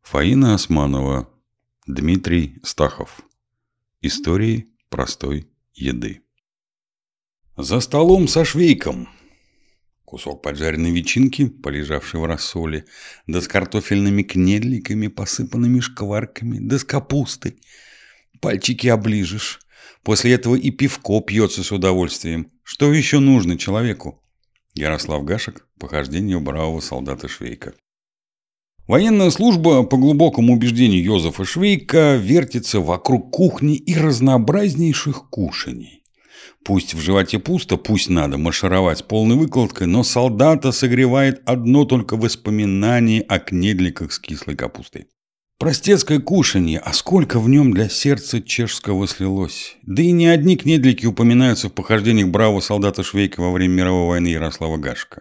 Фаина Османова, Дмитрий Стахов. Истории простой еды. За столом со швейком. Кусок поджаренной ветчинки, полежавшей в рассоле, да с картофельными кнедликами, посыпанными шкварками, да с капустой. Пальчики оближешь. После этого и пивко пьется с удовольствием. Что еще нужно человеку? Ярослав Гашек. Похождение бравого солдата Швейка. Военная служба, по глубокому убеждению Йозефа Швейка, вертится вокруг кухни и разнообразнейших кушаний. Пусть в животе пусто, пусть надо маршировать с полной выкладкой, но солдата согревает одно только воспоминание о кнедликах с кислой капустой. Простецкое кушанье, а сколько в нем для сердца чешского слилось. Да и не одни кнедлики упоминаются в похождениях бравого солдата Швейка во время мировой войны Ярослава Гашека.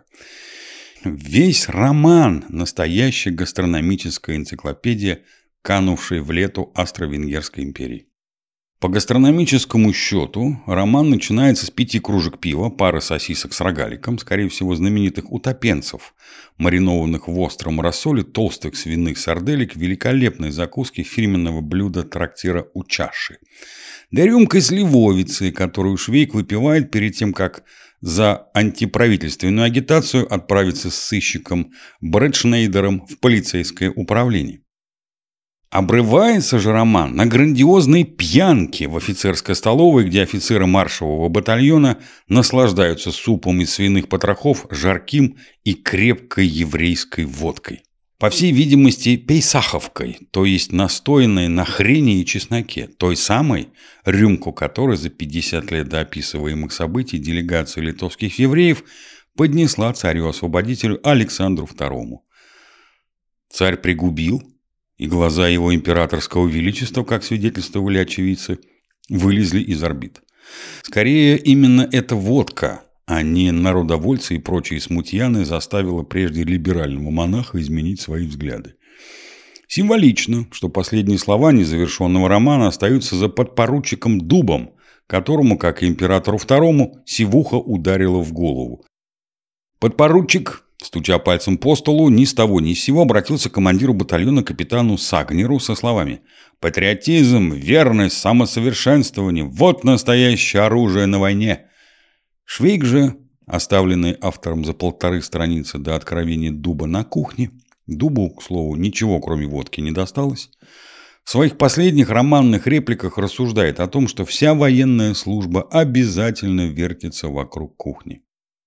Весь роман – настоящая гастрономическая энциклопедия, канувшая в лету Австро-Венгерской империи. По гастрономическому счету, роман начинается с 5 кружек пива, пары сосисок с рогаликом, скорее всего, знаменитых утопенцев, маринованных в остром рассоле, толстых свиных сарделек, великолепной закуски фирменного блюда трактира «У чаши». Да рюмкой сливовицы, которую Швейк выпивает перед тем, как за антиправительственную агитацию отправиться с сыщиком Брэдшнейдером в полицейское управление. Обрывается же роман на грандиозной пьянке в офицерской столовой, где офицеры маршевого батальона наслаждаются супом из свиных потрохов, жарким и крепкой еврейской водкой. По всей видимости, пейсаховкой, то есть настоянной на хрене и чесноке, той самой, рюмку которой за 50 лет до описываемых событий делегация литовских евреев поднесла царю-освободителю Александру II. Царь пригубил, и глаза его императорского величества, как свидетельствовали очевидцы, вылезли из орбит. Скорее, именно эта водка, а не народовольцы и прочие смутьяны, заставила прежде либерального монаха изменить свои взгляды. Символично, что последние слова незавершенного романа остаются за подпоручиком Дубом, которому, как и императору II, сивуха ударила в голову. Подпоручик, стуча пальцем по столу, ни с того ни с сего обратился к командиру батальона капитану Сагнеру со словами: «Патриотизм, верность, самосовершенствование – вот настоящее оружие на войне». Швейк же, оставленный автором за 1,5 страницы до откровения Дуба на кухне, Дубу, к слову, ничего кроме водки не досталось, в своих последних романных репликах рассуждает о том, что вся военная служба обязательно вертится вокруг кухни.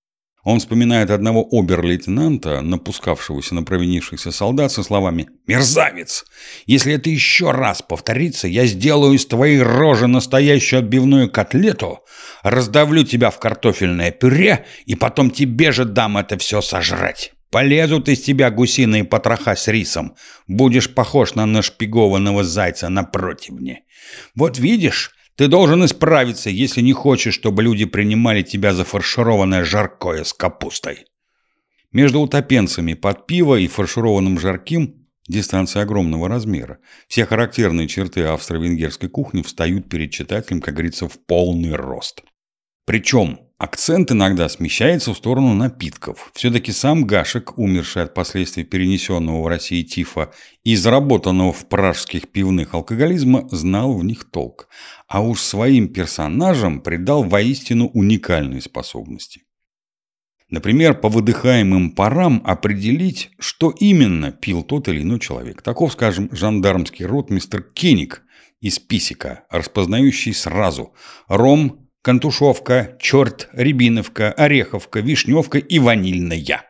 Он вспоминает одного обер-лейтенанта, напускавшегося на провинившихся солдат со словами: «Мерзавец! Если это еще раз повторится, я сделаю из твоей рожи настоящую отбивную котлету, раздавлю тебя в картофельное пюре и потом тебе же дам это все сожрать. Полезут из тебя гусиные потроха с рисом, будешь похож на нашпигованного зайца на противне. Вот видишь, ты должен исправиться, если не хочешь, чтобы люди принимали тебя за фаршированное жаркое с капустой». Между утопенцами под пиво и фаршированным жарким дистанция огромного размера. Все характерные черты австро-венгерской кухни встают перед читателем, как говорится, в полный рост. Причем акцент иногда смещается в сторону напитков. Все-таки сам Гашек, умерший от последствий перенесенного в России тифа и заработанного в пражских пивных алкоголизма, знал в них толк. А уж своим персонажам придал воистину уникальные способности. Например, по выдыхаемым парам определить, что именно пил тот или иной человек. Таков, скажем, жандармский ротмистр Кеник из Писека, распознающий сразу ром, контушевка, черт, рябиновка, ореховка, вишневка и ванильная.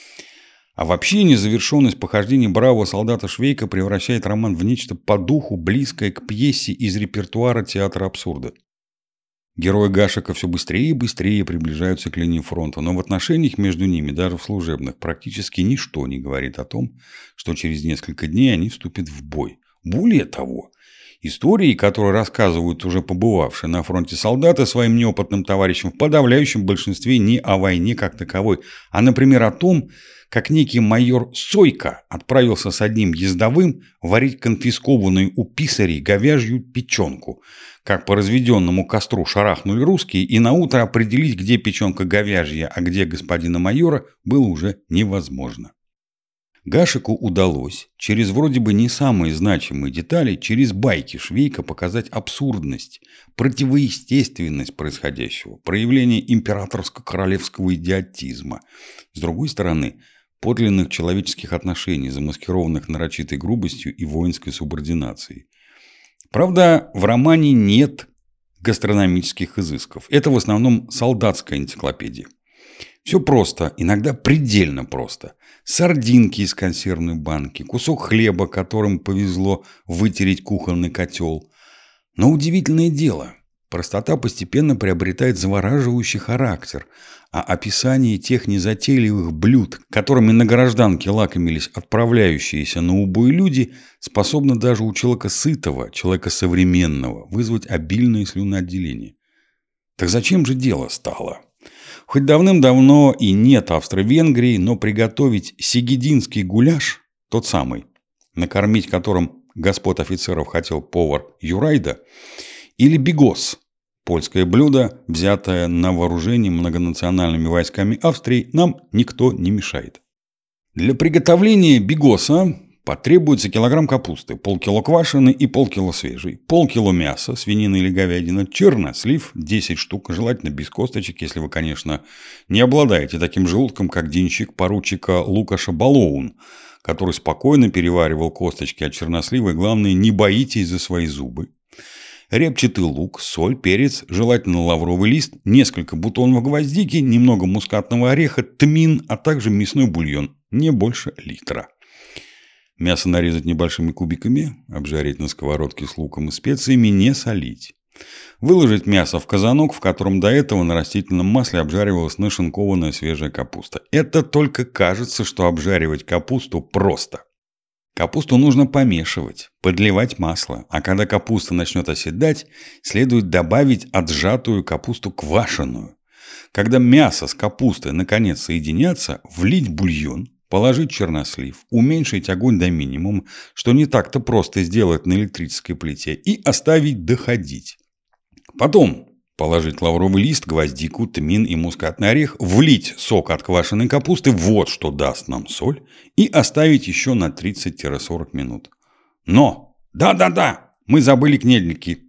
А вообще незавершенность похождений бравого солдата Швейка превращает роман в нечто по духу близкое к пьесе из репертуара театра абсурда. Герои Гашека все быстрее и быстрее приближаются к линии фронта, но в отношениях между ними, даже в служебных, практически ничто не говорит о том, что через несколько дней они вступят в бой. Более того, истории, которые рассказывают уже побывавшие на фронте солдаты своим неопытным товарищам, в подавляющем большинстве не о войне как таковой, а, например, о том, как некий майор Сойко отправился с одним ездовым варить конфискованную у писарей говяжью печенку, как по разведенному костру шарахнули русские, и наутро определить, где печенка говяжья, а где господина майора, было уже невозможно. Гашеку удалось через вроде бы не самые значимые детали, через байки Швейка показать абсурдность, противоестественность происходящего, проявление императорско-королевского идиотизма. С другой стороны, подлинных человеческих отношений, замаскированных нарочитой грубостью и воинской субординацией. Правда, в романе нет гастрономических изысков. Это в основном солдатская энциклопедия. Все просто, иногда предельно просто. Сардинки из консервной банки, кусок хлеба, которым повезло вытереть кухонный котел. Но удивительное дело, простота постепенно приобретает завораживающий характер, а описание тех незатейливых блюд, которыми на гражданке лакомились отправляющиеся на убой люди, способно даже у человека сытого, человека современного, вызвать обильное слюноотделение. Так зачем же дело стало? Хоть давным-давно и нет Австро-Венгрии, но приготовить сигединский гуляш, тот самый, накормить которым господ офицеров хотел повар Юрайда, или бигос, польское блюдо, взятое на вооружение многонациональными войсками Австрии, нам никто не мешает. Для приготовления бигоса потребуется килограмм капусты, полкило квашеной и полкило свежей, полкило мяса, свинины или говядина, чернослив, 10 штук, желательно без косточек, если вы, конечно, не обладаете таким желудком, как денщик поручика Лукаша Балоун, который спокойно переваривал косточки от чернослива, и, главное, не боитесь за свои зубы. Репчатый лук, соль, перец, желательно лавровый лист, несколько бутонов гвоздики, немного мускатного ореха, тмин, а также мясной бульон, не больше литра. Мясо нарезать небольшими кубиками, обжарить на сковородке с луком и специями, не солить. Выложить мясо в казанок, в котором до этого на растительном масле обжаривалась нашинкованная свежая капуста. Это только кажется, что обжаривать капусту просто. Капусту нужно помешивать, подливать масло, а когда капуста начнет оседать, следует добавить отжатую капусту квашеную. Когда мясо с капустой наконец соединятся, влить бульон, положить чернослив, уменьшить огонь до минимума, что не так-то просто сделать на электрической плите, и оставить доходить. Потом положить лавровый лист, гвоздику, тмин и мускатный орех, влить сок от квашеной капусты, вот что даст нам соль, и оставить еще на 30-40 минут. Но! Да-да-да! Мы забыли кнедлики!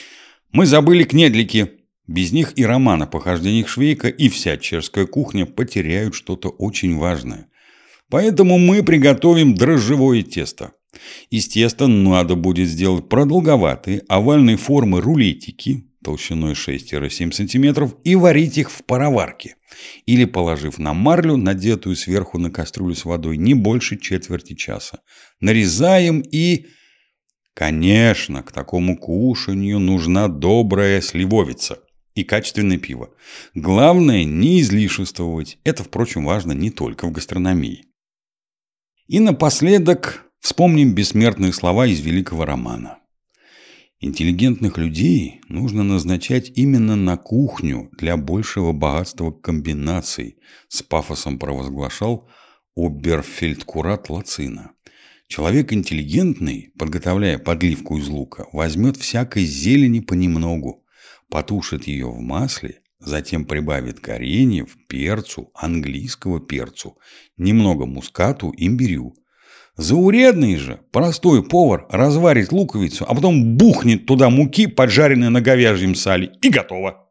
Без них и роман о похождениях Швейка, и вся чешская кухня потеряют что-то очень важное. Поэтому мы приготовим дрожжевое тесто. Из теста надо будет сделать продолговатые овальной формы рулетики толщиной 6-7 см и варить их в пароварке. Или положив на марлю, надетую сверху на кастрюлю с водой, не больше четверти часа. Нарезаем и... Конечно, к такому кушанью нужна добрая сливовица и качественное пиво. Главное не излишествовать. Это, впрочем, важно не только в гастрономии. И напоследок вспомним бессмертные слова из великого романа. Интеллигентных людей нужно назначать именно на кухню для большего богатства комбинаций, с пафосом провозглашал оберфельдкурат Лацина. Человек интеллигентный, подготовляя подливку из лука, возьмет всякой зелени понемногу, потушит ее в масле, затем прибавит кореньев, перцу, английского перцу, немного мускату, имбирю. Заурядный же простой повар разварит луковицу, а потом бухнет туда муки, поджаренной на говяжьем сале, и готово.